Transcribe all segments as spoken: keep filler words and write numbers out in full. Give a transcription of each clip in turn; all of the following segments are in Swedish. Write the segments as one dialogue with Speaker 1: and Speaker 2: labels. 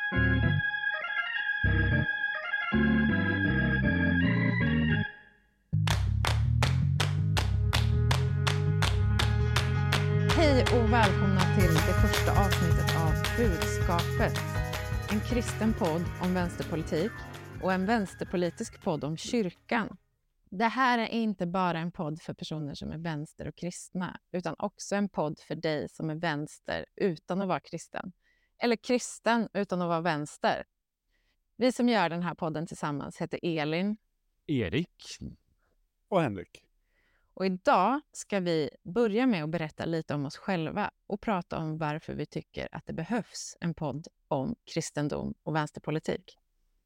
Speaker 1: Hej och välkomna till det första avsnittet av Budskapet. En kristen podd om vänsterpolitik och en vänsterpolitisk podd om kyrkan. Det här är inte bara en podd för personer som är vänster och kristna, utan också en podd för dig som är vänster utan att vara kristen. Eller kristen utan att vara vänster. Vi som gör den här podden tillsammans heter Elin,
Speaker 2: Erik och Henrik.
Speaker 1: och idag ska vi börja med att berätta lite om oss själva och prata om varför vi tycker att det behövs en podd om kristendom och vänsterpolitik.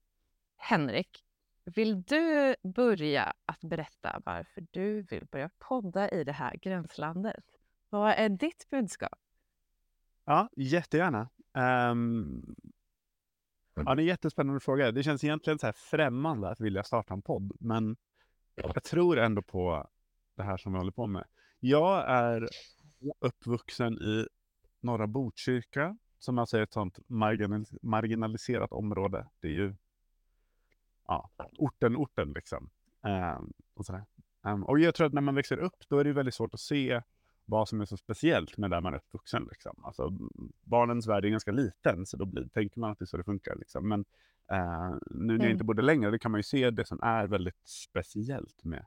Speaker 1: Henrik, vill du börja att berätta varför du vill börja podda i det här gränslandet? Vad är ditt budskap?
Speaker 2: Ja, jättegärna. Um, ja, det är en jättespännande fråga. Det känns egentligen så här främmande att vilja starta en podd, men jag tror ändå på det här som vi håller på med. Jag är uppvuxen i norra Botkyrka, som alltså är ett sånt marginal- marginaliserat område. Det är ju ja, orten, orten liksom. Um, och, sådär. Um, och jag tror att när man växer upp, då är det väldigt svårt att se vad som är så speciellt med där man är uppvuxen. Liksom. Alltså, barnens värld är ganska liten, så då blir, tänker man att det är så det funkar. Liksom. Men uh, nu när jag inte bor där längre, då kan man ju se det som är väldigt speciellt med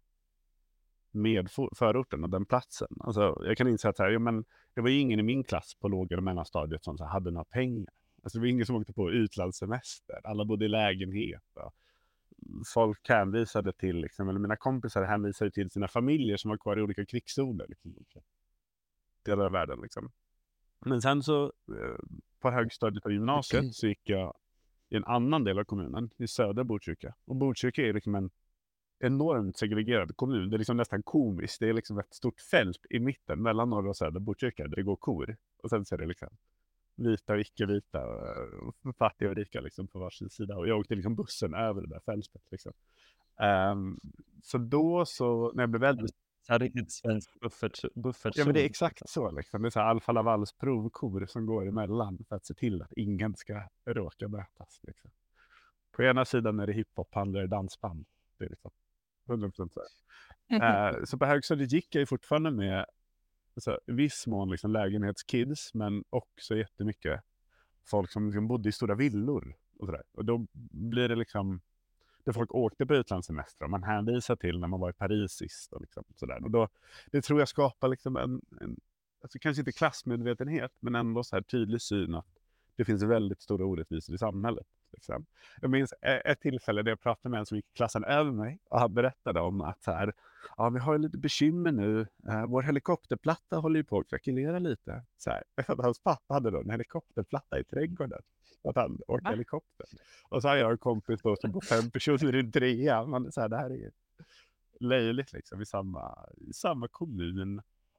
Speaker 2: med förorten och den platsen. Alltså, jag kan inse att så här, ja, men det var ju ingen i min klass på låg- och mellanstadiet som så här, hade några pengar. Alltså, det var ingen som åkte på utlandssemester. Alla bodde i lägenhet. Och folk hänvisade till, liksom, eller mina kompisar hänvisade till sina familjer som var kvar i olika krigszoner. Liksom, delar av världen. Liksom. Men sen så, eh, på högstadiet och gymnasiet så gick jag i en annan del av kommunen, i södra Botkyrka. Och Botkyrka är liksom en enormt segregerad kommun. Det är liksom nästan komiskt. Det är liksom ett stort fält i mitten mellan norra och södra Botkyrka där det går kor. Och sen så är det liksom vita och icke-vita, och fattiga och rika liksom på varsin sida. Och jag åkte liksom bussen över det där fältet liksom. Um, så då så, när jag blev äldre...
Speaker 3: Så hade ett svenskt buffert, buffert
Speaker 2: Ja, men det är exakt så liksom. Det är så här Alfa Lavals provkor som går emellan för att se till att ingen ska råka mötas liksom. På ena sidan är det hiphop, andra är dansband. Det är liksom hundra procent så här. uh, så på högstadiet gick jag ju fortfarande med alltså, i viss mån liksom lägenhetskids, men också jättemycket folk som liksom bodde i stora villor och sådär. Och då blir det liksom där folk åkte på utlandssemester och man hänvisar till när man var i Paris sist och liksom sådär. Och då, det tror jag skapar liksom en, en alltså kanske inte klassmedvetenhet, men ändå så här tydlig syn att det finns väldigt stora orättvisor i samhället. Liksom. Jag minns ett tillfälle där jag pratade med en som gick i klassen över mig och han berättade om att så här, ja, vi har lite bekymmer nu. Uh, vår helikopterplatta håller ju på att krackelera lite. Så här. Hans pappa hade då en helikopterplatta i trädgården. Att han åkte helikopter. Och så har jag en kompis då som på fem personer i trea. Men så här, det här är löjligt liksom i samma, i samma kommun.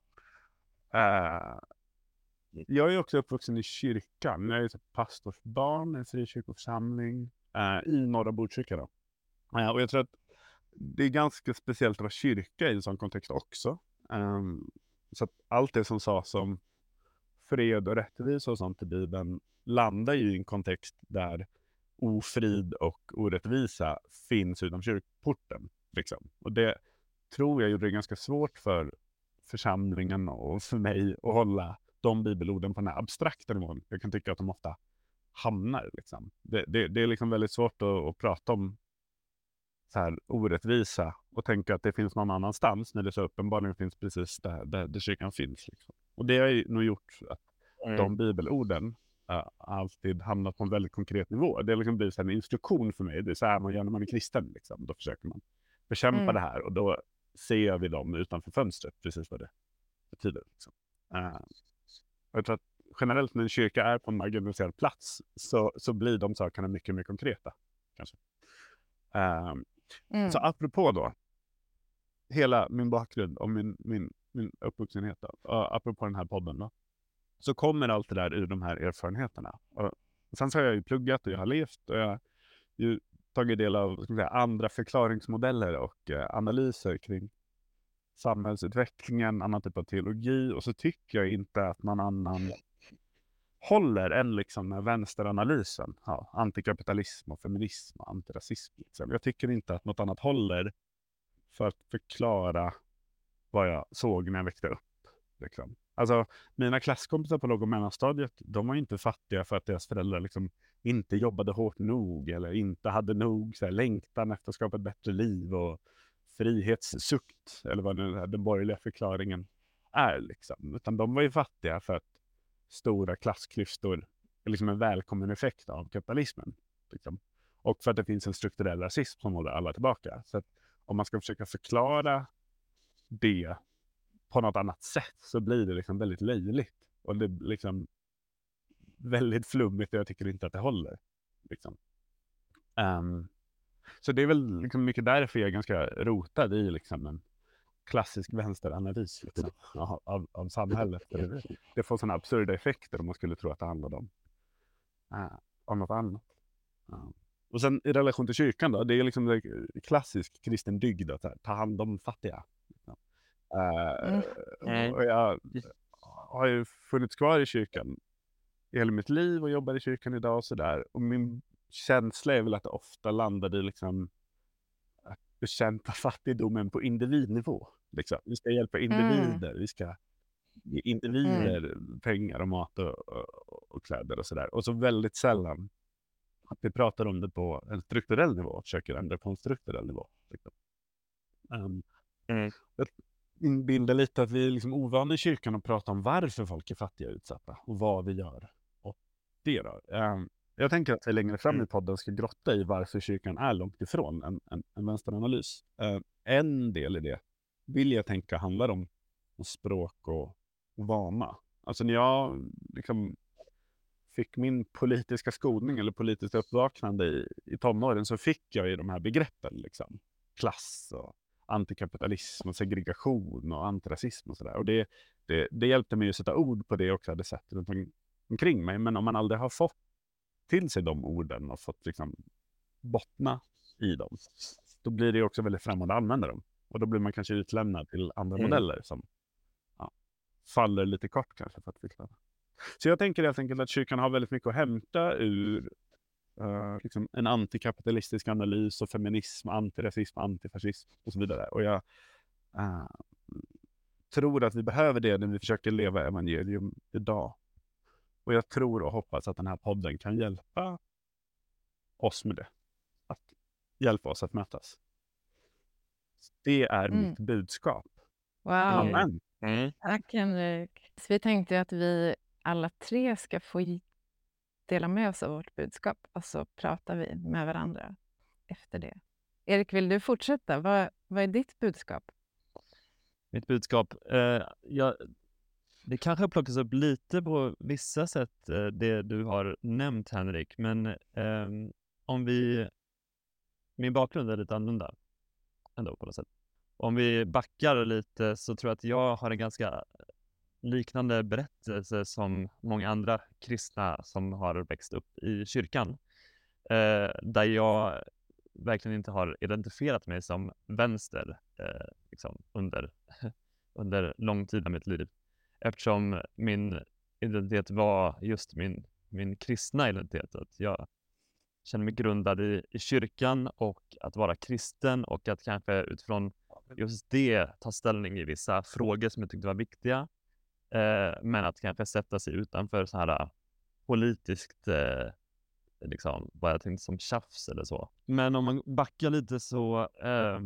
Speaker 2: Uh, Jag är också uppvuxen i kyrkan. Jag är ett pastorsbarn, en frikyrkoförsamling uh, i norra Botkyrka då. Uh, och jag tror att det är ganska speciellt att vara kyrka i en sån kontext också. Um, så att allt det som sades om fred och rättvisa och sånt i Bibeln landar ju i en kontext där ofrid och orättvisa finns utom kyrkporten. Liksom. Och det tror jag gjorde det ganska svårt för församlingen och för mig att hålla de bibelorden på den här abstrakta nivån. Jag kan tycka att de ofta hamnar. Liksom. Det, det, det är liksom väldigt svårt att, att prata om så här orättvisa och tänka att det finns någon annanstans när det så uppenbarligen finns precis där, där, där kyrkan finns. Liksom. Och det har ju nog gjort att mm. de bibelorden uh, alltid hamnat på en väldigt konkret nivå. Det har liksom blivit en instruktion för mig. Det är så här man gör när man är kristen. Liksom. Då försöker man bekämpa mm. det här och då ser vi dem utanför fönstret precis vad det betyder. Liksom. Uh, och jag tror att generellt när en kyrka är på en marginaliserad plats så, så blir de sakerna mycket mer konkreta. Kanske. Uh, mm. Så apropå då hela min bakgrund och min, min, min uppvuxenhet då, och apropå den här podden då, så kommer allt det där ur de här erfarenheterna. Och sen så har jag ju pluggat och jag har levt och jag har ju tagit del av ska säga, andra förklaringsmodeller och eh, analyser kring samhällsutvecklingen, annan typ av teologi, och så tycker jag inte att någon annan håller än liksom den vänsteranalysen. Ja, antikapitalism och feminism och antirasism. Liksom. Jag tycker inte att något annat håller för att förklara vad jag såg när jag växte upp. Liksom. Alltså, mina klasskompisar på låg- och mellanstadiet, de var inte fattiga för att deras föräldrar liksom inte jobbade hårt nog eller inte hade nog så här, längtan efter att skapa ett bättre liv och frihetssukt, eller vad nu är, den borgerliga förklaringen är. Liksom. Utan de var ju fattiga för att stora klassklyftor är liksom en välkommen effekt av kapitalismen. Liksom. Och för att det finns en strukturell rasism som håller alla tillbaka. Så att om man ska försöka förklara det på något annat sätt så blir det liksom väldigt löjligt. Och det är liksom väldigt flummigt och jag tycker inte att det håller. Liksom. Um, så det är väl liksom mycket därför jag är ganska rotad i liksom en klassisk vänsteranalys liksom, av, av, av samhället. Det, det får sådana absurda effekter om man skulle tro att det handlar om, uh, om något annat. Uh. Och sen i relation till kyrkan då, det är liksom det klassisk kristen dygd att här, ta hand om fattiga. Liksom. Uh,
Speaker 3: Mm.
Speaker 2: och jag har ju funnits kvar i kyrkan i hela mitt liv och jobbar i kyrkan idag och sådär. Och min känsla är väl att det ofta landar i liksom att bekämpa fattigdomen på individnivå. Liksom. Vi ska hjälpa individer, mm. vi ska ge individer mm. pengar och mat och, och, och kläder och sådär. Och så väldigt sällan att vi pratar om det på en strukturell nivå, försöker ändra på en strukturell nivå. Liksom. Um, mm. Jag inbildar lite att vi är liksom ovana i kyrkan att prata om varför folk är fattiga och utsatta och vad vi gör. Och det då. Um, jag tänker att vi längre fram i podden ska grotta i varför kyrkan är långt ifrån en, en, en vänsteranalys. Uh, en del i det vill jag tänka handlar om, om språk och, och vana. Alltså när jag liksom fick min politiska skolning eller politiska uppvaknande i, i tonåren så fick jag ju de här begreppen liksom. Klass och antikapitalism och segregation och antirasism och sådär. Och det, det, det hjälpte mig att sätta ord på det också hade sett runt omkring mig. Men om man aldrig har fått till sig de orden och fått liksom bottna i dem, då blir det också väldigt främmande att använda dem. Och då blir man kanske utlämnad till andra mm. modeller som ja, faller lite kort kanske för att förklara. Så jag tänker helt enkelt att kyrkan har väldigt mycket att hämta ur uh, liksom en antikapitalistisk analys och feminism, antirasism, antifascism och så vidare. Och jag uh, tror att vi behöver det när vi försöker leva evangelium idag. Och jag tror och hoppas att den här podden kan hjälpa oss med det. Att hjälpa oss att mötas. Det är mm. mitt budskap.
Speaker 1: Wow.
Speaker 2: Amen.
Speaker 1: Mm. Tack Henrik. Så vi tänkte att vi alla tre ska få dela med oss av vårt budskap och så pratar vi med varandra efter det. Erik, vill du fortsätta? Vad, vad är ditt budskap?
Speaker 3: Mitt budskap? Eh, jag, det kanske plockas upp lite på vissa sätt eh, det du har nämnt Henrik, men eh, om vi min bakgrund är lite annorlunda ändå på något sätt. Om vi backar lite så tror jag att jag har en ganska liknande berättelse som många andra kristna som har växt upp i kyrkan. Eh, där jag verkligen inte har identifierat mig som vänster eh, liksom under, under lång tid av mitt liv. Eftersom min identitet var just min, min kristna identitet. Att jag känner mig grundad i, i kyrkan och att vara kristen och att kanske utifrån just det ta ställning i vissa frågor som jag tyckte var viktiga. Eh, men att kanske sätta sig utanför så här politiskt eh, liksom, vad jag tänkte som tjafs eller så. Men om man backar lite så eh,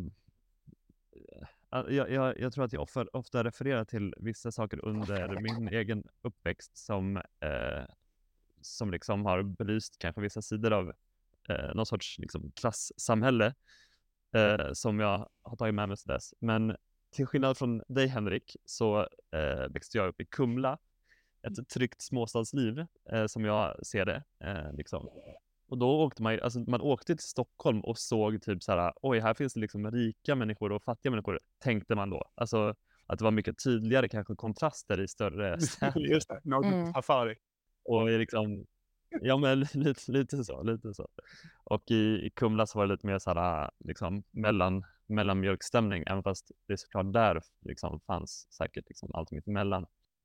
Speaker 3: jag, jag, jag tror att jag ofta, ofta refererar till vissa saker under min egen uppväxt som eh, som liksom har belyst kanske vissa sidor av eh, någon sorts liksom, klasssamhälle eh, som jag har tagit med mig till dess. Men till skillnad från dig Henrik så eh, växte jag upp i Kumla. Ett tryggt småstadsliv eh, som jag ser det. Eh, liksom. Och då åkte man, alltså man åkte till Stockholm och såg typ så här, oj här finns det liksom rika människor och fattiga människor, tänkte man då. Alltså att det var mycket tydligare kanske kontraster i större städer.
Speaker 2: Just det, något mm. safari.
Speaker 3: Och liksom, ja men lite, lite så, lite så. Och i, i Kumla så var det lite mer så här, liksom mellan, mellanmjölkstämning, även fast det såklart där liksom fanns säkert liksom allt mitt emellan.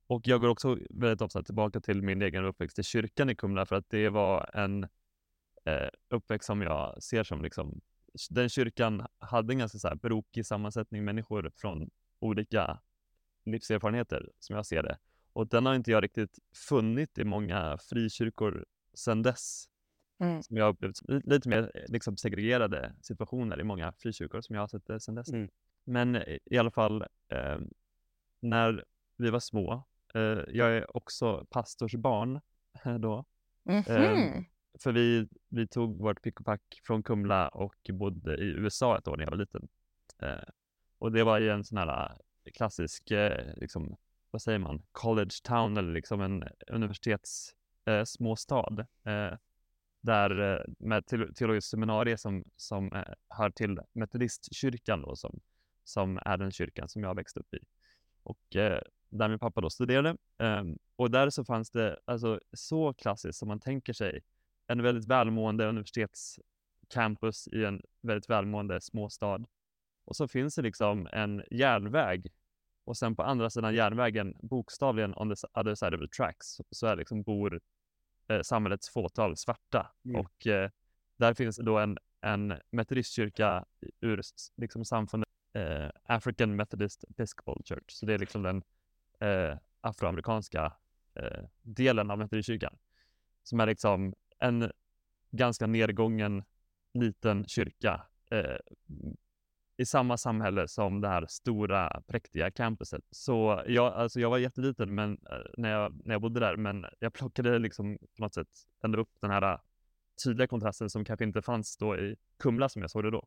Speaker 3: och jag går också väldigt ofta tillbaka till min egen uppväxt i kyrkan i Kumla, för att det var en eh, uppväxt som jag ser som liksom, den kyrkan hade en ganska så här brokig sammansättning människor från olika livserfarenheter som jag ser det. Och den har inte jag riktigt funnit i många frikyrkor sedan dess.
Speaker 1: Mm.
Speaker 3: Som jag har upplevt lite mer liksom segregerade situationer i många frikyrkor som jag har sett det sedan dess.
Speaker 2: Mm.
Speaker 3: Men i alla fall, eh, när vi var små, eh, jag är också pastorsbarn då.
Speaker 1: Mm-hmm.
Speaker 3: Eh, för vi, vi tog vårt pick och pack från Kumla och bodde i U S A ett år när jag var liten. Eh, och det var i en sån här klassisk, eh, liksom, vad säger man, college town, eller liksom en universitets eh, småstad. Eh, där eh, med teologiskt seminarium som, som eh, hör till metodistkyrkan då, som, som är den kyrkan som jag växte upp i. Och eh, där min pappa då studerade. Um, och där så fanns det alltså så klassiskt som man tänker sig en väldigt välmående universitetscampus i en väldigt välmående småstad. Och så finns det liksom en järnväg. Och sen på andra sidan järnvägen, bokstavligen on the other side of the tracks, så är liksom bor eh, samhällets fåtal svarta.
Speaker 2: Mm.
Speaker 3: Och eh, där finns det då en, en metodistkyrka ur liksom samfundet eh, African Methodist Episcopal Church. Så det är liksom den eh, afroamerikanska eh, delen av metodistkyrkan. Som är liksom en ganska nedgången liten kyrka eh, i samma samhälle som det här stora präktiga campuset. Så jag, alltså jag var jätteliten men, eh, när, jag, när jag bodde där, men jag plockade liksom på något sätt ändå upp den här tydliga kontrasten som kanske inte fanns då i Kumla som jag såg det då.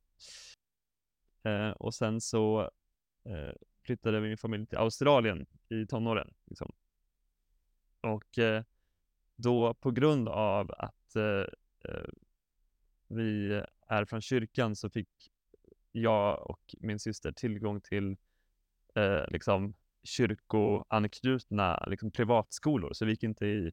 Speaker 3: Eh, och sen så eh, flyttade min familj till Australien i tonåren. Liksom. Och eh, då på grund av att eh, eh, vi är från kyrkan så fick jag och min syster tillgång till eh, liksom kyrkoanknutna liksom privatskolor. Så vi gick inte i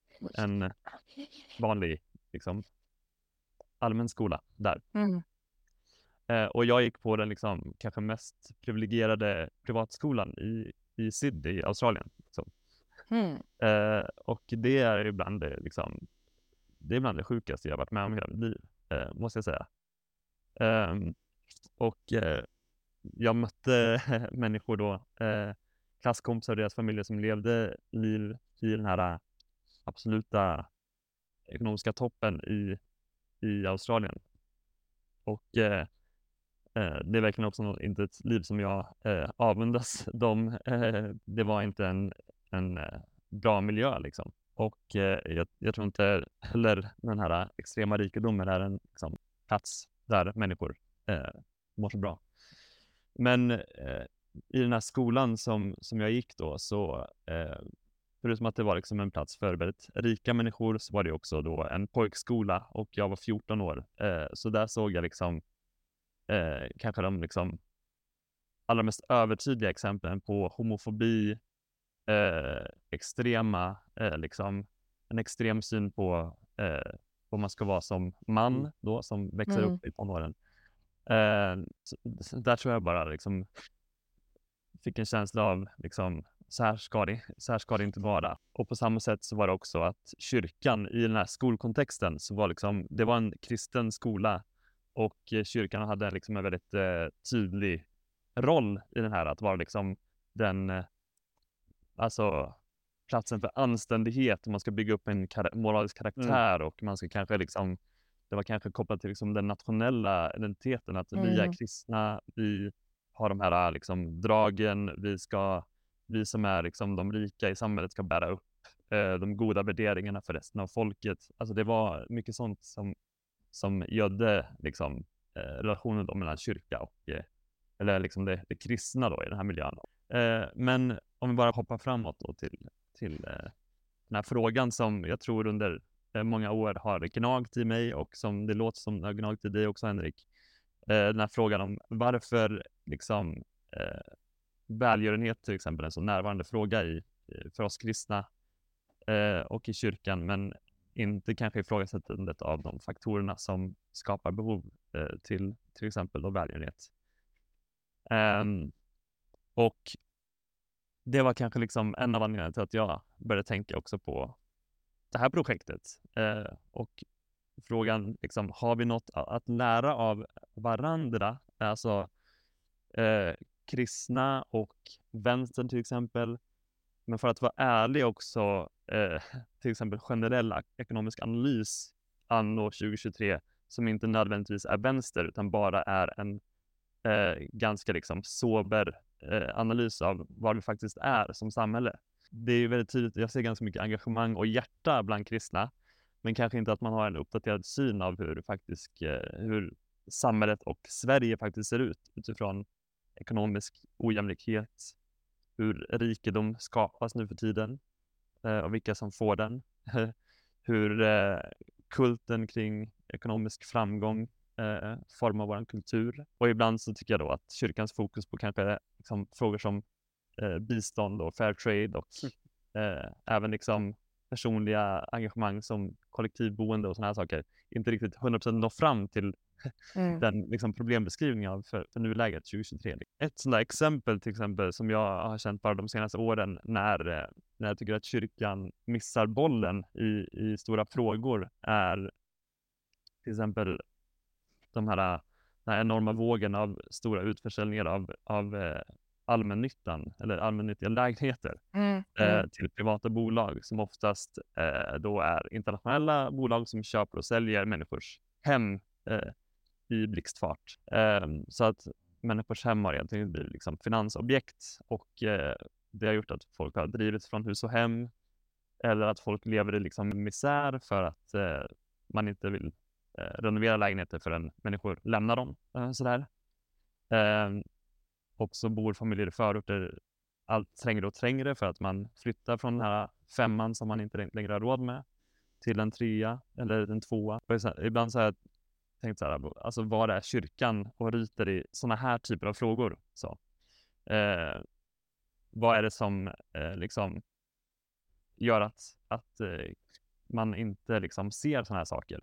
Speaker 3: en vanlig liksom allmän skola där.
Speaker 1: Mm.
Speaker 3: Eh, och jag gick på den liksom kanske mest privilegierade privatskolan i, i Sydney i Australien. Så.
Speaker 1: Mm.
Speaker 3: Eh, och det är ibland det, liksom, det är ibland det sjukaste jag varit med om i hela mitt liv, eh, måste jag säga. Um, och eh, jag mötte människor då, eh, klasskompisar och deras familjer som levde liv i den här absoluta ekonomiska toppen i, i Australien. Och eh, eh, det är verkligen också något, inte ett liv som jag eh, avundas dem. Eh, det var inte en, en eh, bra miljö liksom. Och eh, jag, jag tror inte heller den här extrema rikedomen är en liksom, plats där människor eh, mår så bra. Men eh, i den här skolan som, som jag gick då, så eh, förutom att det var liksom en plats för väldigt rika människor, så var det också då en pojkskola och jag var fjorton år. Eh, så där såg jag liksom eh, kanske de liksom allra mest övertydliga exemplen på homofobi, eh, extrema, eh, liksom en extrem syn på eh, vad man ska vara som man
Speaker 2: Mm.
Speaker 3: då, som växer
Speaker 1: Mm.
Speaker 3: upp i tonåren. Eh, så, så där tror jag bara liksom fick en känsla av liksom, så här ska det, så här ska det inte vara. Och på samma sätt så var det också att kyrkan i den här skolkontexten, så var liksom, det var en kristen skola och eh, kyrkan hade liksom en väldigt eh, tydlig roll i den här, att vara liksom den eh, alltså platsen för anständighet, man ska bygga upp en kar- moralisk karaktär mm. och man ska kanske liksom, det var kanske kopplat till liksom den nationella identiteten, att mm. vi är kristna, vi har de här liksom dragen, vi ska, vi som är liksom de rika i samhället ska bära upp eh, de goda värderingarna för resten av folket. Alltså det var mycket sånt som, som gödde liksom eh, relationen då mellan kyrka och eh, eller liksom det, det kristna då i den här miljön. Eh, men om vi bara hoppar framåt då till, till eh, den här frågan som jag tror under eh, många år har gnagt i mig och som det låter som har gnagt i dig också, Henrik. Eh, den här frågan om varför liksom eh, välgörenhet till exempel är en så närvarande fråga i, för oss kristna eh, och i kyrkan, men inte kanske ifrågasättandet av de faktorerna som skapar behov eh, till till exempel då välgörenhet. Um, och det var kanske liksom en av anledningarna till att jag började tänka också på det här projektet. Eh, och frågan, liksom, har vi något att lära av varandra? Alltså eh, kristna och vänstern till exempel. Men för att vara ärlig också, eh, till exempel generell ekonomisk analys anno tjugo tjugotre som inte nödvändigtvis är vänster utan bara är en eh, ganska liksom sober eh, analys av vad vi faktiskt är som samhälle. Det är väldigt tydligt, jag ser ganska mycket engagemang och hjärta bland kristna, men kanske inte att man har en uppdaterad syn av hur faktiskt eh, hur samhället och Sverige faktiskt ser ut utifrån ekonomisk ojämlikhet, hur rikedom skapas nu för tiden eh, och vilka som får den. Hur eh, kulten kring ekonomisk framgång eh, formar vår kultur. Och ibland så tycker jag då att kyrkans fokus på kanske liksom, frågor som eh, bistånd och fair trade och eh, även liksom personliga engagemang som kollektivboende och såna här saker inte riktigt hundra procent når fram till mm. den liksom, problembeskrivningen för, för nuläget tjugo tjugotre. Ett sådant exempel till exempel som jag har känt bara de senaste åren när, när jag tycker att kyrkan missar bollen i, i stora frågor är till exempel de här, den här enorma vågen av stora utförsäljningar av, av eh, allmännyttan eller allmännyttiga lägenheter mm. Mm. Eh, till privata bolag som oftast eh, då är internationella bolag som köper och säljer människors hem eh, i blixtfart. Eh, så att människors hem har egentligen blivit liksom finansobjekt och eh, det har gjort att folk har drivits från hus och hem eller att folk lever i liksom misär för att eh, man inte vill eh, renovera lägenheter förrän människor lämnar dem. Eh, sådär. Eh, och så bor familjer i förorter allt trängre och trängre för att man flyttar från den här femman som man inte längre har råd med till en trea eller en tvåa. Och ibland så har jag tänkt så här, alltså vad är kyrkan och ryter i såna här typer av frågor? Så, eh, vad är det som eh, liksom gör att, att eh, man inte liksom ser såna här saker?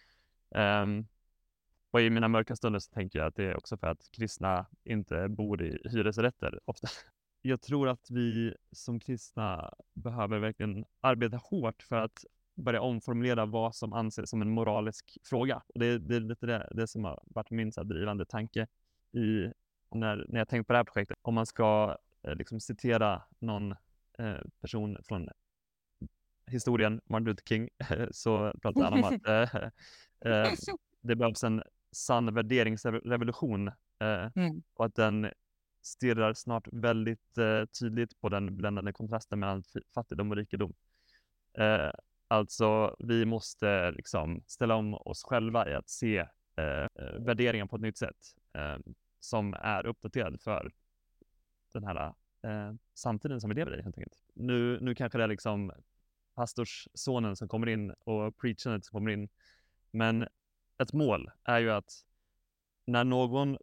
Speaker 3: Um, och i mina mörka stunder så tänker jag att det är också för att kristna inte bor i hyresrätter ofta. Jag tror att vi som kristna behöver verkligen arbeta hårt för att börja omformulera vad som anses som en moralisk fråga. Och det, det är lite det, det som har varit min så här drivande tanke i, när, när jag tänkt på det här projektet. Om man ska eh, liksom citera någon eh, person från historien, Martin Luther King, så pratar han om att eh, eh, det behövs en sann värderingsrevolution eh, mm. och att den stirrar snart väldigt eh, tydligt på den bländande kontrasten mellan fattigdom och rikedom. Eh, alltså vi måste liksom ställa om oss själva i att se eh, värderingar på ett nytt sätt eh, som är uppdaterad för den här eh, samtiden som vi lever i helt enkelt. Nu, nu kanske det är liksom pastorssonen som kommer in och preachandet som kommer in, men ett mål är ju att när någon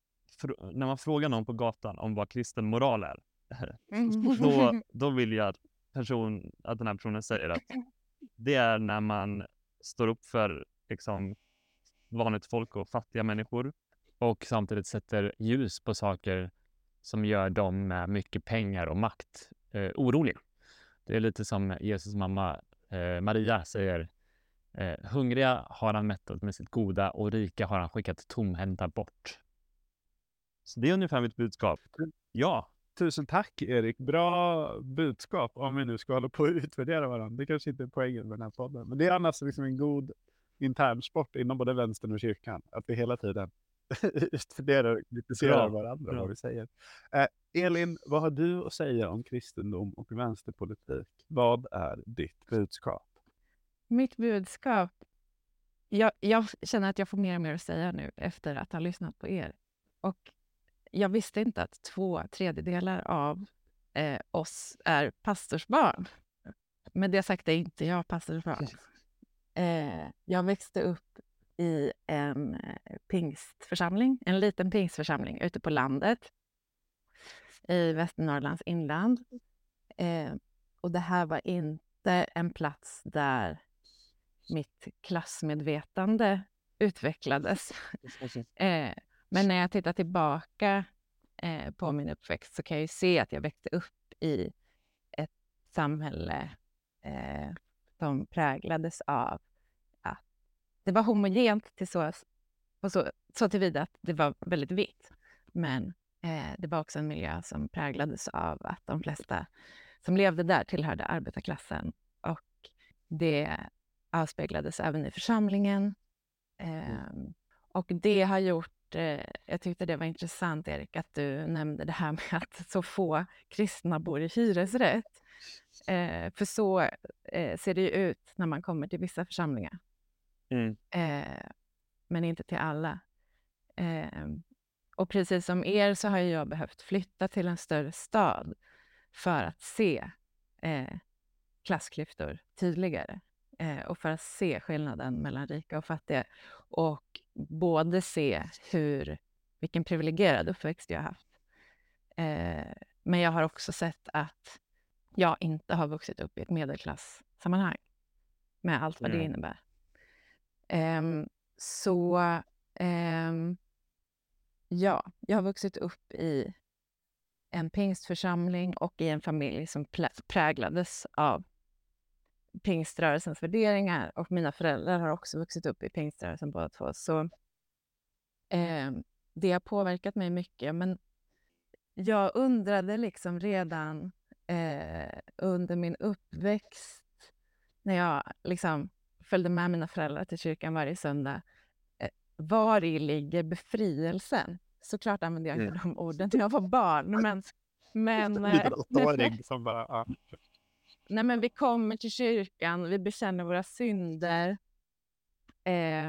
Speaker 3: när man frågar någon på gatan om vad kristen moral är då, då vill jag att, person, att den här personen säger att det är när man står upp för liksom, vanligt folk och fattiga människor
Speaker 4: och samtidigt sätter ljus på saker som gör dem med mycket pengar och makt eh, oroliga. Det är lite som Jesus mamma eh, Maria säger, eh, hungriga har han mättat med sitt goda och rika har han skickat tomhänta bort.
Speaker 3: Så det är ungefär mitt budskap. Ja.
Speaker 2: Tusen tack Erik. Bra budskap om vi nu ska hålla på att utvärdera varandra. Det kanske inte är poängen med den här podden. Men det är annars liksom en god intern sport inom både vänstern och kyrkan. Att vi hela tiden utvärderar och kritiserar varandra Bra. Vad vi säger. Eh, Elin, vad har du att säga om kristendom och vänsterpolitik? Vad är ditt budskap?
Speaker 1: Mitt budskap? Jag, jag känner att jag får mer och mer att säga nu efter att ha lyssnat på er. Och jag visste inte att två tredjedelar av eh, oss är pastorsbarn. Men det sagt är inte jag pastorsbarn. Eh, jag växte upp i en pingstförsamling, en liten pingstförsamling ute på landet i Västernorrlands inland. Eh, och det här var inte en plats där mitt klassmedvetande utvecklades. eh, Men när jag tittar tillbaka eh, på min uppväxt så kan jag ju se att jag växte upp i ett samhälle eh, som präglades av att det var homogent till så, och så, så tillvida att det var väldigt vitt. Men eh, det var också en miljö som präglades av att de flesta som levde där tillhörde arbetarklassen. Och det avspeglades även i församlingen. Eh, och det har gjort, eh, jag tyckte det var intressant, Erik, att du nämnde det här med att så få kristna bor i hyresrätt. Eh, för så eh, ser det ju ut när man kommer till vissa församlingar.
Speaker 3: Mm.
Speaker 1: Eh, men inte till alla. Eh, och precis som er så har jag behövt flytta till en större stad för att se eh, klassklyftor tydligare. Eh, och för att se skillnaden mellan rika och fattiga. Och både se hur, vilken privilegierad uppväxt jag har haft. Eh, men jag har också sett att jag inte har vuxit upp i ett medelklasssammanhang. Med allt vad
Speaker 3: Mm.
Speaker 1: det innebär. Um, så um, ja, jag har vuxit upp i en pingstförsamling och i en familj som plä- präglades av pingströrelsens värderingar, och mina föräldrar har också vuxit upp i pingströrelsen båda två. Så um, det har påverkat mig mycket, men jag undrade liksom redan eh, under min uppväxt, när jag liksom följde med mina föräldrar till kyrkan varje söndag, eh, var i ligger befrielsen? Såklart använde jag inte
Speaker 3: Mm.
Speaker 1: de orden när jag var barn, men, men, eh,
Speaker 2: Liten åttaåring som bara... Ja.
Speaker 1: nej, men vi kommer till kyrkan, vi bekänner våra synder. Eh,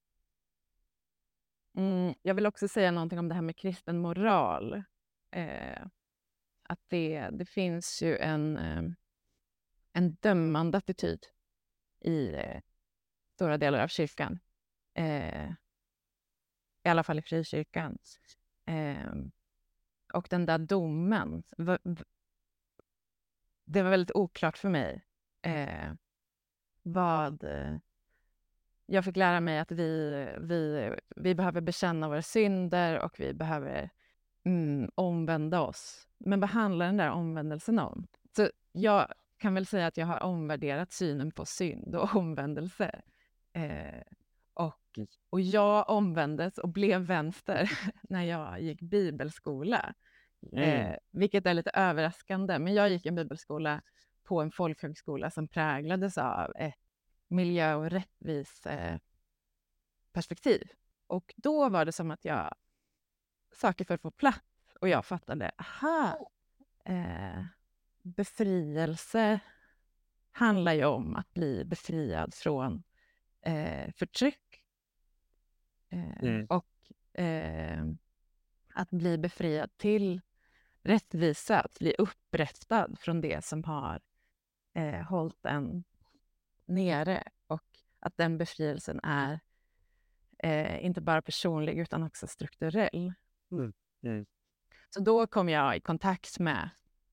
Speaker 1: mm, jag vill också säga någonting om det här med kristen moral. Eh, att det, det finns ju en, eh, en dömande attityd i eh, stora delar av kyrkan. Eh, I alla fall i frikyrkan. Eh, och den där domen, v- v- det var väldigt oklart för mig eh, vad... Eh, jag fick lära mig att vi, vi, vi behöver bekänna våra synder och vi behöver mm, omvända oss. Men vad handlar den där omvändelsen om? Så jag kan väl säga att jag har omvärderat synen på synd och omvändelse. Eh, och, och jag omvändes och blev vänster när jag gick bibelskola.
Speaker 3: Mm.
Speaker 1: Eh, vilket är lite överraskande. Men jag gick en bibelskola på en folkhögskola som präglades av ett miljö- och rättvis eh, perspektiv. Och då var det som att jag saker för att få plats. Och jag fattade, aha, eh, befrielse handlar ju om att bli befriad från eh, förtryck. Eh,
Speaker 3: Mm.
Speaker 1: Och eh, att bli befriad till rättvisa, att bli upprättad från det som har eh, hållit en nere. Och att den befrielsen är eh, inte bara personlig utan också strukturell.
Speaker 3: Mm. Mm.
Speaker 1: Så då kom jag i kontakt med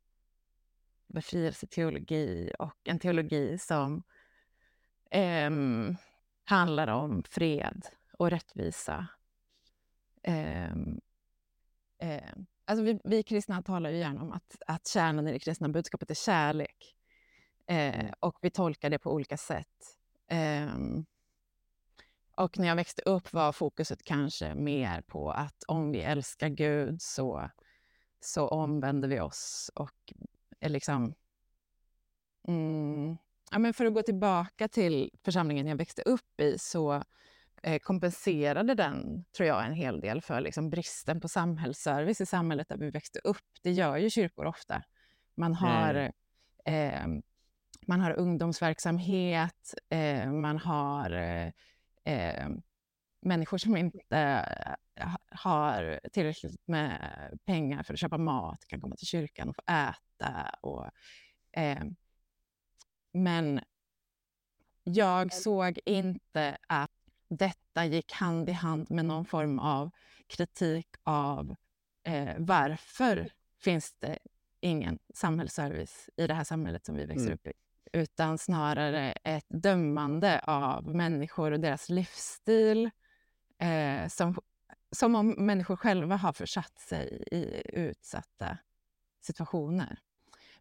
Speaker 1: befrielseteologi och en teologi som ehm, handlar om fred och rättvisa. Ehm, ehm, alltså vi, vi kristna talar ju gärna om att, att kärnan i det kristna budskapet är kärlek. Eh, och vi tolkar det på olika sätt. Ehm, och när jag växte upp var fokuset kanske mer på att om vi älskar Gud så, så omvänder vi oss. Och är liksom... Mm, ja, men för att gå tillbaka till församlingen jag växte upp i så eh, kompenserade den, tror jag, en hel del för liksom, bristen på samhällsservice i samhället där vi växte upp. Det gör ju kyrkor ofta. Man har...
Speaker 3: Mm.
Speaker 1: Eh, Man har ungdomsverksamhet, eh, man har eh, eh, människor som inte eh, har tillräckligt med pengar för att köpa mat, kan komma till kyrkan och få äta. Och, eh, men jag såg inte att detta gick hand i hand med någon form av kritik av eh, varför finns det ingen samhällsservice i det här samhället som vi växer
Speaker 3: Mm.
Speaker 1: upp i. Utan snarare ett dömande av människor och deras livsstil. Eh, som, som om människor själva har försatt sig i utsatta situationer.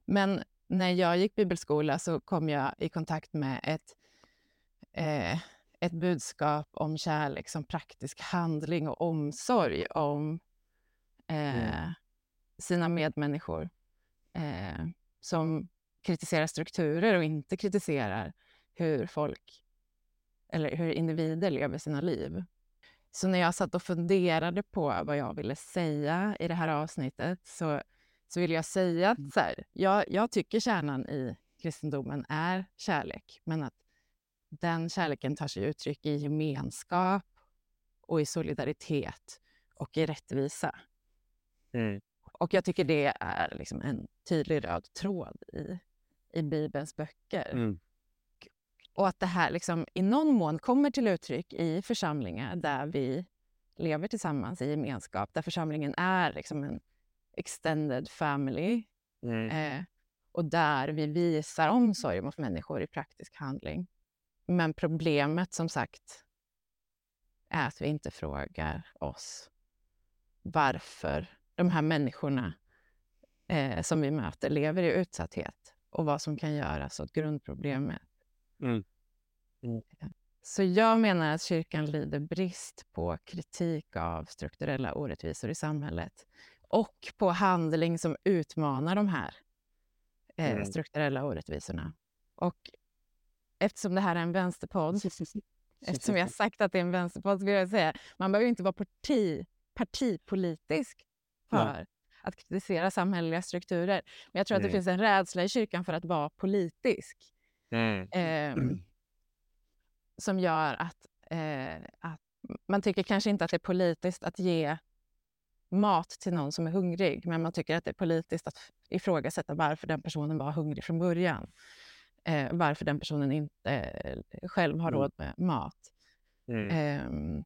Speaker 1: Men när jag gick bibelskola så kom jag i kontakt med ett, eh, ett budskap om kärlek som praktisk handling och omsorg om eh,
Speaker 3: Mm.
Speaker 1: sina medmänniskor. Eh, som kritiserar strukturer och inte kritiserar hur folk eller hur individer lever sina liv. Så när jag satt och funderade på vad jag ville säga i det här avsnittet så, så vill jag säga att så här, jag, jag tycker kärnan i kristendomen är kärlek, men att den kärleken tar sig uttryck i gemenskap och i solidaritet och i rättvisa.
Speaker 3: Mm.
Speaker 1: Och jag tycker det är liksom en tydlig röd tråd i, i Bibelns böcker.
Speaker 2: Mm.
Speaker 1: Och att det här liksom i någon mån kommer till uttryck i församlingar där vi lever tillsammans i gemenskap. Där församlingen är liksom en extended family.
Speaker 3: Mm.
Speaker 1: Eh, och där vi visar omsorg mot människor i praktisk handling. Men problemet som sagt är att vi inte frågar oss varför de här människorna eh, som vi möter lever i utsatthet och vad som kan göras åt grundproblemet.
Speaker 2: Mm.
Speaker 1: Så jag menar att kyrkan lider brist på kritik av strukturella orättvisor i samhället och på handling som utmanar de här eh,
Speaker 3: Mm.
Speaker 1: strukturella orättvisorna. Och eftersom det här är en vänsterpodd, eftersom jag sagt att det är en vänsterpodd, så vill jag säga man behöver inte vara parti, partipolitisk för
Speaker 2: Nej.
Speaker 1: att kritisera samhälleliga strukturer. Men jag tror att det
Speaker 3: Mm.
Speaker 1: finns en rädsla i kyrkan för att vara politisk.
Speaker 3: Mm.
Speaker 1: Ehm, som gör att, eh, att man tycker kanske inte att det är politiskt att ge mat till någon som är hungrig, men man tycker att det är politiskt att ifrågasätta varför den personen var hungrig från början. Eh, varför den personen inte eh, själv har
Speaker 2: Mm.
Speaker 1: råd med mat.
Speaker 3: Mm.
Speaker 1: Ehm,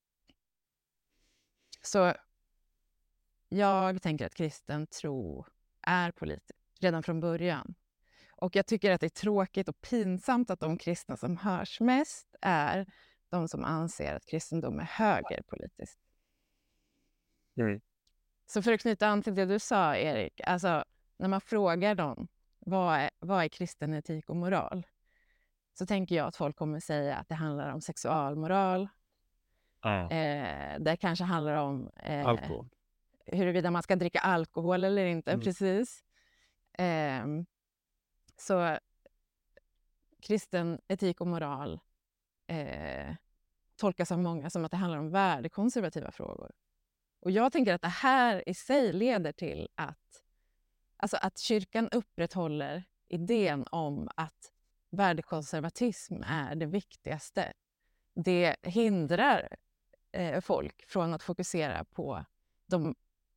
Speaker 1: så jag tänker att kristen tro är politisk redan från början. Och jag tycker att det är tråkigt och pinsamt att de kristna som hörs mest är de som anser att kristendom är högerpolitiskt.
Speaker 3: Mm.
Speaker 1: Så för att knyta an till det du sa, Erik, alltså när man frågar dem vad är, vad är kristen etik och moral, så tänker jag att folk kommer säga att det handlar om sexualmoral.
Speaker 3: Ja.
Speaker 1: Eh, det kanske handlar om eh,
Speaker 2: Alkohol.
Speaker 1: huruvida man ska dricka alkohol eller inte,
Speaker 2: Mm.
Speaker 1: precis. Eh, så kristen etik och moral eh, tolkas av många som att det handlar om värdekonservativa frågor. Och jag tänker att det här i sig leder till att, alltså att kyrkan upprätthåller idén om att värdekonservatism är det viktigaste. Det hindrar eh, folk från att fokusera på de,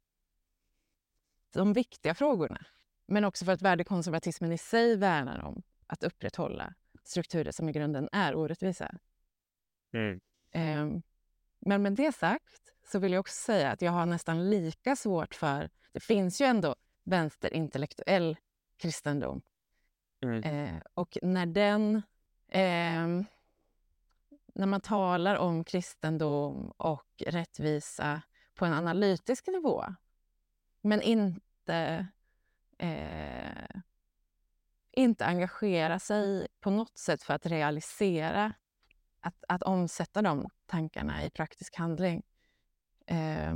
Speaker 1: de viktiga frågorna. Men också för att värdekonservatismen i sig värnar om att upprätthålla strukturer som i grunden är orättvisa.
Speaker 3: Mm.
Speaker 1: Eh, men med det sagt så vill jag också säga att jag har nästan lika svårt för, det finns ju ändå vänsterintellektuell kristendom.
Speaker 3: Mm.
Speaker 1: Eh, och när den, eh, när man talar om kristendom och rättvisa på en analytisk nivå, men inte, eh, inte engagera sig på något sätt för att realisera, att, att omsätta de tankarna i praktisk handling. Eh,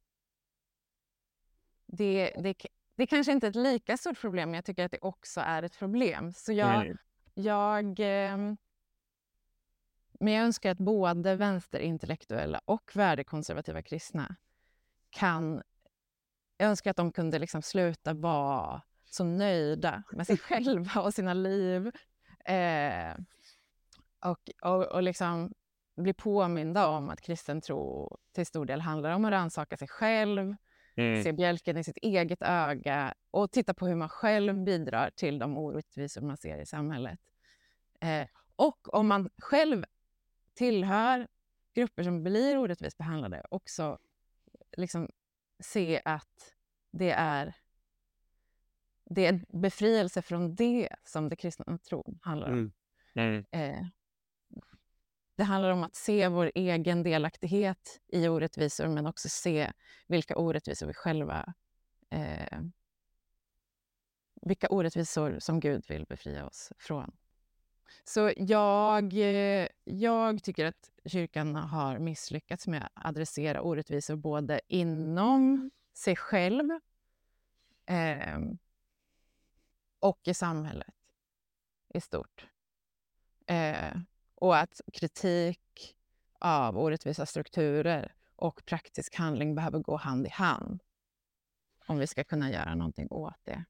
Speaker 1: det, det Det kanske inte är ett lika stort problem, men jag tycker att det också är ett problem. Så jag,
Speaker 3: Mm.
Speaker 1: jag, eh, men jag önskar att både vänsterintellektuella och värdekonservativa kristna kan... Jag önskar att de kunde liksom sluta vara så nöjda med sig själva och sina liv. Eh, och och, och liksom bli påminda om att kristen tro till stor del handlar om att rannsaka sig själv.
Speaker 3: Mm.
Speaker 1: Se bjälken i sitt eget öga och titta på hur man själv bidrar till de orättvisor man ser i samhället. Eh, och om man själv tillhör grupper som blir orättvist behandlade, också liksom se att det är, det är befrielse från det som det kristna tron handlar om.
Speaker 2: Mm.
Speaker 3: Mm.
Speaker 1: Eh, Det handlar om att se vår egen delaktighet i orättvisor, men också se vilka orättvisor vi själva, eh, vilka orättvisor som Gud vill befria oss från. Så jag, eh, jag tycker att kyrkan har misslyckats med att adressera orättvisor både inom sig själv eh, och i samhället i stort. Eh, och att kritik av orättvisa strukturer och praktisk handling behöver gå hand i hand om vi ska kunna göra någonting åt det.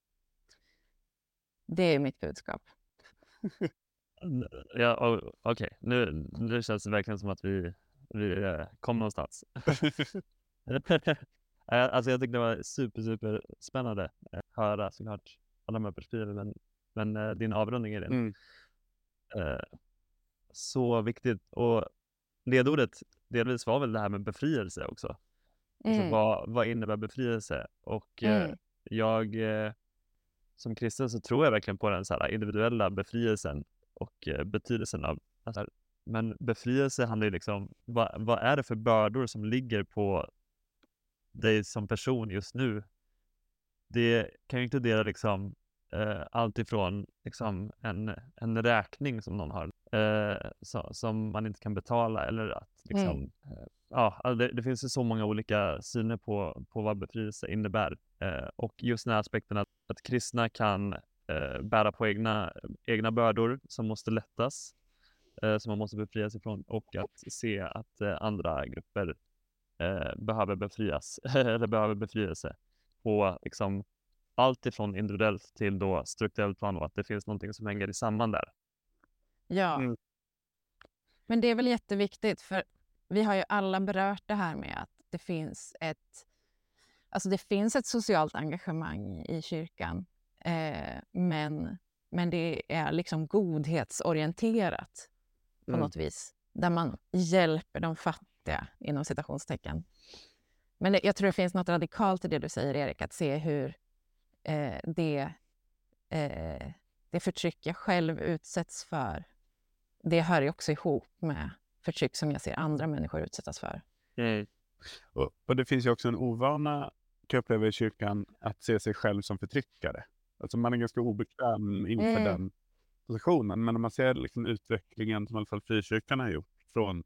Speaker 1: Det är mitt budskap.
Speaker 3: Ja, o- okej. Nu, nu känns det verkligen som att vi, vi eh, kom någonstans. Eh, alltså jag tyckte det var super, super spännande att höra såklart alla de här perspektiven, men, men eh, din avrundning är den.
Speaker 2: Mm.
Speaker 3: Eh, så viktigt. Och ledordet delvis var väl det här med befrielse också. Alltså,
Speaker 1: Mm.
Speaker 3: vad, vad innebär befrielse? Och eh,
Speaker 1: Mm.
Speaker 3: jag eh, som kristen så tror jag verkligen på den så här individuella befrielsen och eh, betydelsen av alltså, men befrielse handlar ju liksom, vad, vad är det för bördor som ligger på dig som person just nu? Det kan ju inkludera liksom eh, allt ifrån liksom en, en räkning som någon har eh, så, som man inte kan betala, eller att liksom
Speaker 1: Mm.
Speaker 3: eh, ja, alltså det, det finns ju så många olika syner på, på vad befrielse innebär. Eh, och just den här aspekten att, att kristna kan eh, bära på egna, egna bördor som måste lättas, eh, som man måste befrias ifrån, och att se att eh, andra grupper eh, behöver befrias, eller behöver befrielse på liksom allt ifrån individuellt till då strukturellt plan, och att det finns någonting som hänger i samman där.
Speaker 1: Ja.
Speaker 2: Mm.
Speaker 1: Men det är väl jätteviktigt, för vi har ju alla berört det här med att det finns ett, alltså det finns ett socialt engagemang i kyrkan, eh, men, men det är liksom godhetsorienterat på
Speaker 2: Mm.
Speaker 1: något vis, där man hjälper de fattiga inom citationstecken. Men det, jag tror det finns något radikalt i det du säger, Erik, att se hur eh, det, eh, det förtryck jag själv utsätts för, det hör ju också ihop med förtryck som jag ser andra människor utsättas för.
Speaker 3: Mm.
Speaker 2: Och, och det finns ju också en ovana, kan jag uppleva i kyrkan, att se sig själv som förtryckare. Alltså man är ganska obekväm inför
Speaker 1: Mm.
Speaker 2: den positionen. Men om man ser liksom utvecklingen som i alla fall frikyrkan har gjort från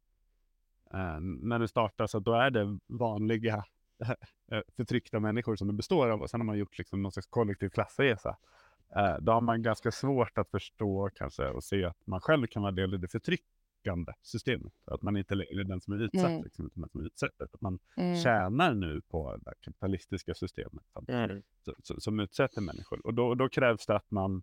Speaker 2: eh, när det startar, så då är det vanliga eh, förtryckta människor som det består av. Och sen har man gjort liksom någon slags kollektiv klassresa. Eh, då har man ganska svårt att förstå kanske och se att man själv kan vara del i det förtryckande systemet. Att man inte längre är den som är utsatt,
Speaker 1: Mm.
Speaker 2: liksom, utan den som är utsatt. Att man
Speaker 1: Mm.
Speaker 2: tjänar nu på det kapitalistiska systemet som,
Speaker 3: Mm.
Speaker 2: som, som utsätter människor. Och då, då krävs det att man,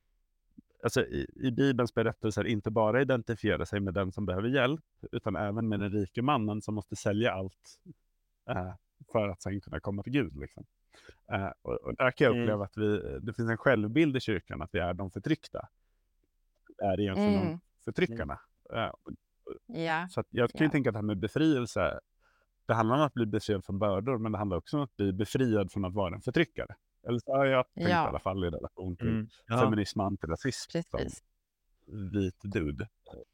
Speaker 2: alltså i, i Bibelns berättelser, inte bara identifiera sig med den som behöver hjälp, utan även med den rike mannen som måste sälja allt eh, för att sen kunna komma till Gud. Liksom. Eh, och, och där kan jag
Speaker 3: Mm.
Speaker 2: uppleva att vi, det finns en självbild i kyrkan att vi är de förtryckta. Det är egentligen
Speaker 1: Mm.
Speaker 2: de förtryckarna. Eh, och-
Speaker 1: Ja.
Speaker 2: så att jag kan ju
Speaker 1: Ja.
Speaker 2: tänka att det här med befrielse, det handlar om att bli befriad från bördor, men det handlar också om att bli befriad från att vara en förtryckare. Eller så har jag tänkt
Speaker 1: Ja.
Speaker 2: i alla fall i relation till
Speaker 3: Mm. Ja.
Speaker 2: feminism och antirasism som
Speaker 1: Precis.
Speaker 2: vit dude.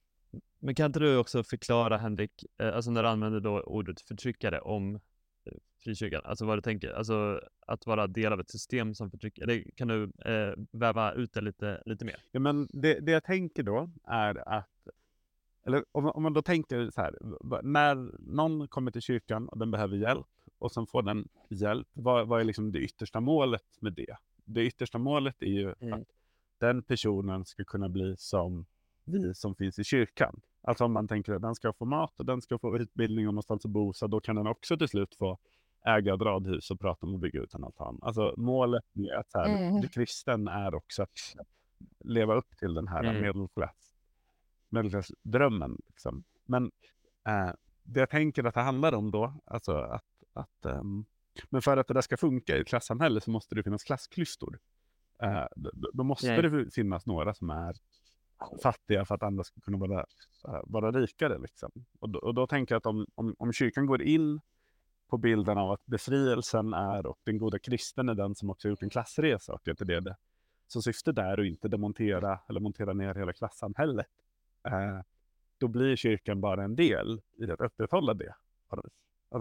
Speaker 3: Men kan inte du också förklara, Henrik, eh, alltså när du använder då ordet förtryckare om eh, frikyrkan, alltså vad du tänker, alltså att vara del av ett system som förtrycker, det kan du eh, väva ut det lite, lite mer?
Speaker 2: Ja, men det, det jag tänker då är att, eller om, om man då tänker så här, v- när någon kommer till kyrkan och den behöver hjälp och sen får den hjälp, vad, vad är liksom det yttersta målet med det? Det yttersta målet är ju
Speaker 3: Mm.
Speaker 2: att den personen ska kunna bli som vi som finns i kyrkan. Alltså om man tänker att den ska få mat och den ska få utbildning och någonstans att bo, så då kan den också till slut få äga ett radhus och prata om att bygga ut en altan. Alltså målet är att så här,
Speaker 1: Mm.
Speaker 2: det kristen är också att leva upp till den här
Speaker 3: Mm.
Speaker 2: medelklass, medelklassdrömmen. Liksom. Men eh, det jag tänker att det handlar om då, alltså att, att ehm, men för att det där ska funka i ett klassamhälle så måste det finnas klassklyftor. Eh, då, då måste
Speaker 3: Nej.
Speaker 2: det finnas några som är fattiga för att andra ska kunna vara, äh, vara rikare. Liksom. Och, då, och då tänker jag att om, om, om kyrkan går in på bilden av att befrielsen är och den goda kristen är den som också har gjort en klassresa, och inte det, det. Så syftet är att inte demontera eller montera ner hela klassamhället. Eh, då blir kyrkan bara en del i att upprätthålla det. Alltså,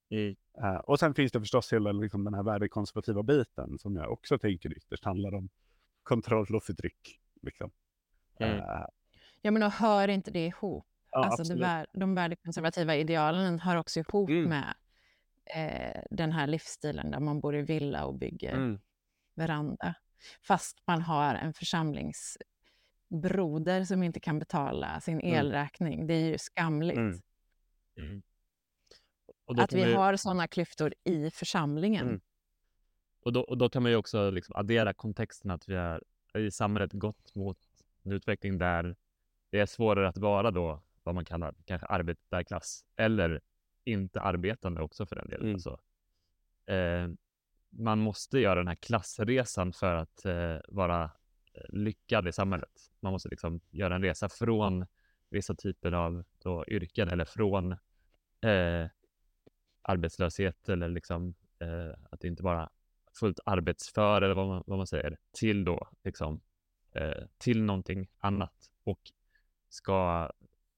Speaker 3: Mm.
Speaker 2: Uh, och sen finns det förstås hela liksom, den här värdekonservativa biten som jag också tänker ytterst handlar om kontroll och förtryck. Liksom.
Speaker 3: Mm.
Speaker 2: Uh,
Speaker 1: Ja, men och hör inte det ihop?
Speaker 2: ja,
Speaker 1: Alltså det,
Speaker 2: absolut.
Speaker 1: vär- de värdekonservativa idealen hör också ihop
Speaker 2: Mm.
Speaker 1: med eh, den här livsstilen där man bor i villa och bygger
Speaker 2: Mm.
Speaker 1: veranda. Fast man har en församlingsbroder som inte kan betala sin
Speaker 2: Mm.
Speaker 1: elräkning. Det är ju skamligt.
Speaker 2: Mm.
Speaker 3: Mm. Och då
Speaker 1: Att
Speaker 3: kan
Speaker 1: vi
Speaker 3: vi-
Speaker 1: har sådana klyftor i församlingen.
Speaker 2: Mm.
Speaker 3: Och då, och då kan man ju också liksom addera kontexten att vi är i samhället gått mot en utveckling där det är svårare att vara då vad man kallar kanske arbetarklass eller inte arbetande också för den delen.
Speaker 2: Mm.
Speaker 3: Alltså, eh, man måste göra den här klassresan för att eh, vara eh, lyckad i samhället. Man måste liksom göra en resa från vissa typer av då, yrken eller från eh, arbetslöshet eller liksom eh, att det inte bara fullt arbetsför eller vad man, vad man säger till då liksom eh, till någonting annat och ska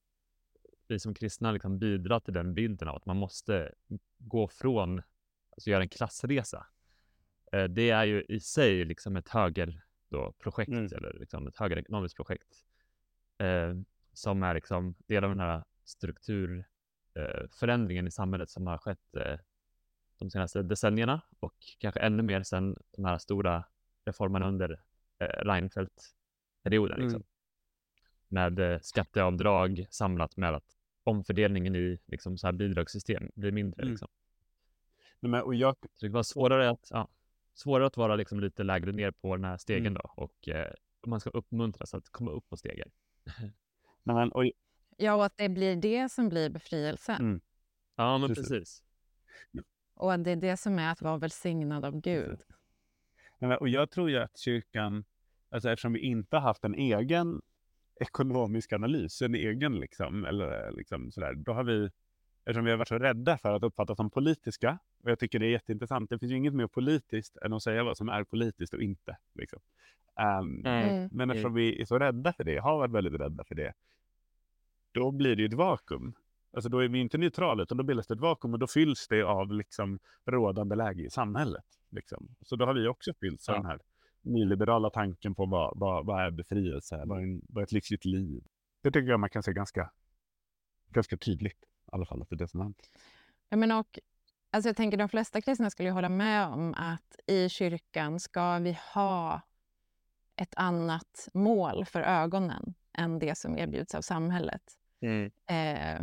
Speaker 3: vi som kristna liksom bidra till den bilden av att man måste gå från, alltså göra en klassresa. Eh, det är ju i sig liksom ett höger då projekt
Speaker 2: Mm.
Speaker 3: eller liksom ett högerekonomiskt projekt eh, som är liksom del av den här strukturförändringen i samhället som har skett eh, de senaste decennierna och kanske ännu mer sedan de här stora reformerna under eh, Reinfeldt-perioden.
Speaker 2: Mm.
Speaker 3: Liksom. Med eh, skatteavdrag samlat med att omfördelningen i liksom, så här bidragssystem blir mindre.
Speaker 2: Mm.
Speaker 3: Liksom.
Speaker 2: Nej, men, och jag,
Speaker 3: Så det var svårare att, ja, svårare att vara liksom, lite lägre ner på den här stegen
Speaker 2: Mm.
Speaker 3: då och eh, man ska uppmuntras att komma upp på stegen.
Speaker 2: nej, men, och,
Speaker 1: Ja, och att det blir det som blir befrielsen.
Speaker 2: Mm.
Speaker 3: Ja, men
Speaker 2: Precis.
Speaker 3: precis.
Speaker 1: Och att det är det som är att vara välsignad av Gud.
Speaker 2: nej, men, och jag tror ju att kyrkan, alltså eftersom vi inte har haft en egen ekonomisk analys, en egen liksom, eller liksom sådär, då har vi, eftersom vi har varit så rädda för att uppfattas som politiska, och jag tycker det är jätteintressant, det finns ju inget mer politiskt än att säga vad som är politiskt och inte. Liksom. Um,
Speaker 1: Mm.
Speaker 2: men eftersom vi är så rädda för det, har varit väldigt rädda för det, då blir det ju ett vakuum. Alltså då är vi inte neutrala, utan då bildas det ett vakuum och då fylls det av liksom rådande läge i samhället. Liksom. Så då har vi också fyllts av
Speaker 3: Ja.
Speaker 2: den här nyliberala tanken på vad, vad, vad är befrielse, vad är, en, vad är ett lyckligt liv. Det tycker jag man kan se ganska, ganska tydligt, i alla fall att det är det som händer.
Speaker 1: Ja, men och, alltså jag tänker de flesta kristna skulle ju hålla med om att i kyrkan ska vi ha ett annat mål för ögonen än det som erbjuds av samhället.
Speaker 3: Mm.
Speaker 1: Eh,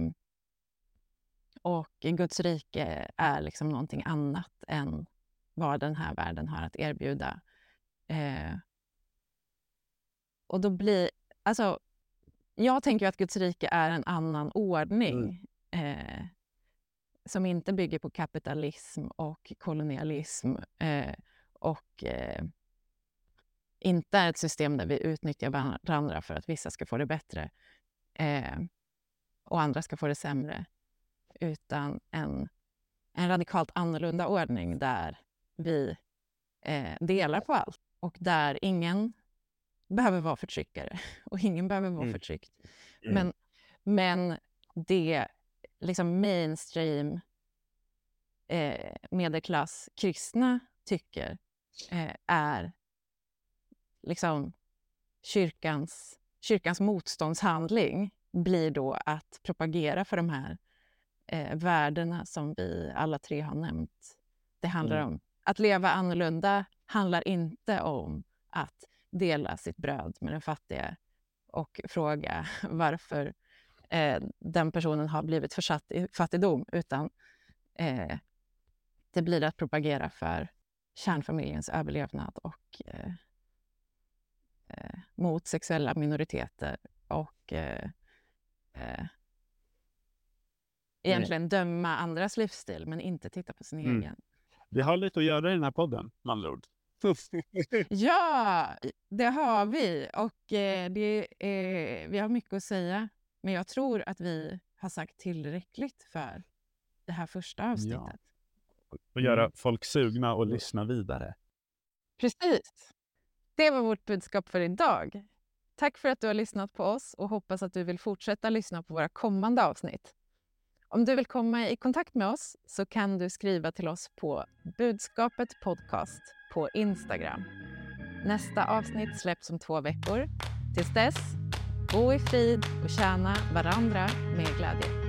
Speaker 1: och Guds rike är liksom någonting annat än vad den här världen har att erbjuda. Eh, och då blir, alltså, jag tänker att Guds rike är en annan ordning eh, som inte bygger på kapitalism och kolonialism eh, och eh, inte är ett system där vi utnyttjar varandra för att vissa ska få det bättre eh, och andra ska få det sämre, utan en, en radikalt annorlunda ordning där vi eh, delar på allt och där ingen behöver vara förtryckare och ingen behöver vara
Speaker 2: Mm.
Speaker 1: förtryckt.
Speaker 3: Mm.
Speaker 1: Men, men det liksom mainstream eh, medelklass kristna tycker eh, är liksom kyrkans, kyrkans motståndshandling blir då att propagera för de här eh, värdena som vi alla tre har nämnt. Det handlar
Speaker 2: Mm.
Speaker 1: om att leva annorlunda, handlar inte om att dela sitt bröd med den fattiga och fråga varför eh, den personen har blivit försatt i fattigdom, utan eh, det blir att propagera för kärnfamiljens överlevnad och eh, eh, mot sexuella minoriteter och eh, eh, egentligen döma andras livsstil men inte titta på sin
Speaker 2: Mm.
Speaker 1: egen.
Speaker 2: Vi har lite att göra i den här podden, med andra ord.
Speaker 1: Ja, det har vi och eh, det är, vi har mycket att säga, men jag tror att vi har sagt tillräckligt för det här första avsnittet.
Speaker 2: Och göra folk sugna och lyssna vidare.
Speaker 1: Precis. Det var vårt budskap för idag. Tack för att du har lyssnat på oss och hoppas att du vill fortsätta lyssna på våra kommande avsnitt. Om du vill komma i kontakt med oss så kan du skriva till oss på Budskapet Podcast på Instagram. Nästa avsnitt släpps om två veckor. Tills dess, gå i frid och tjäna varandra med glädje.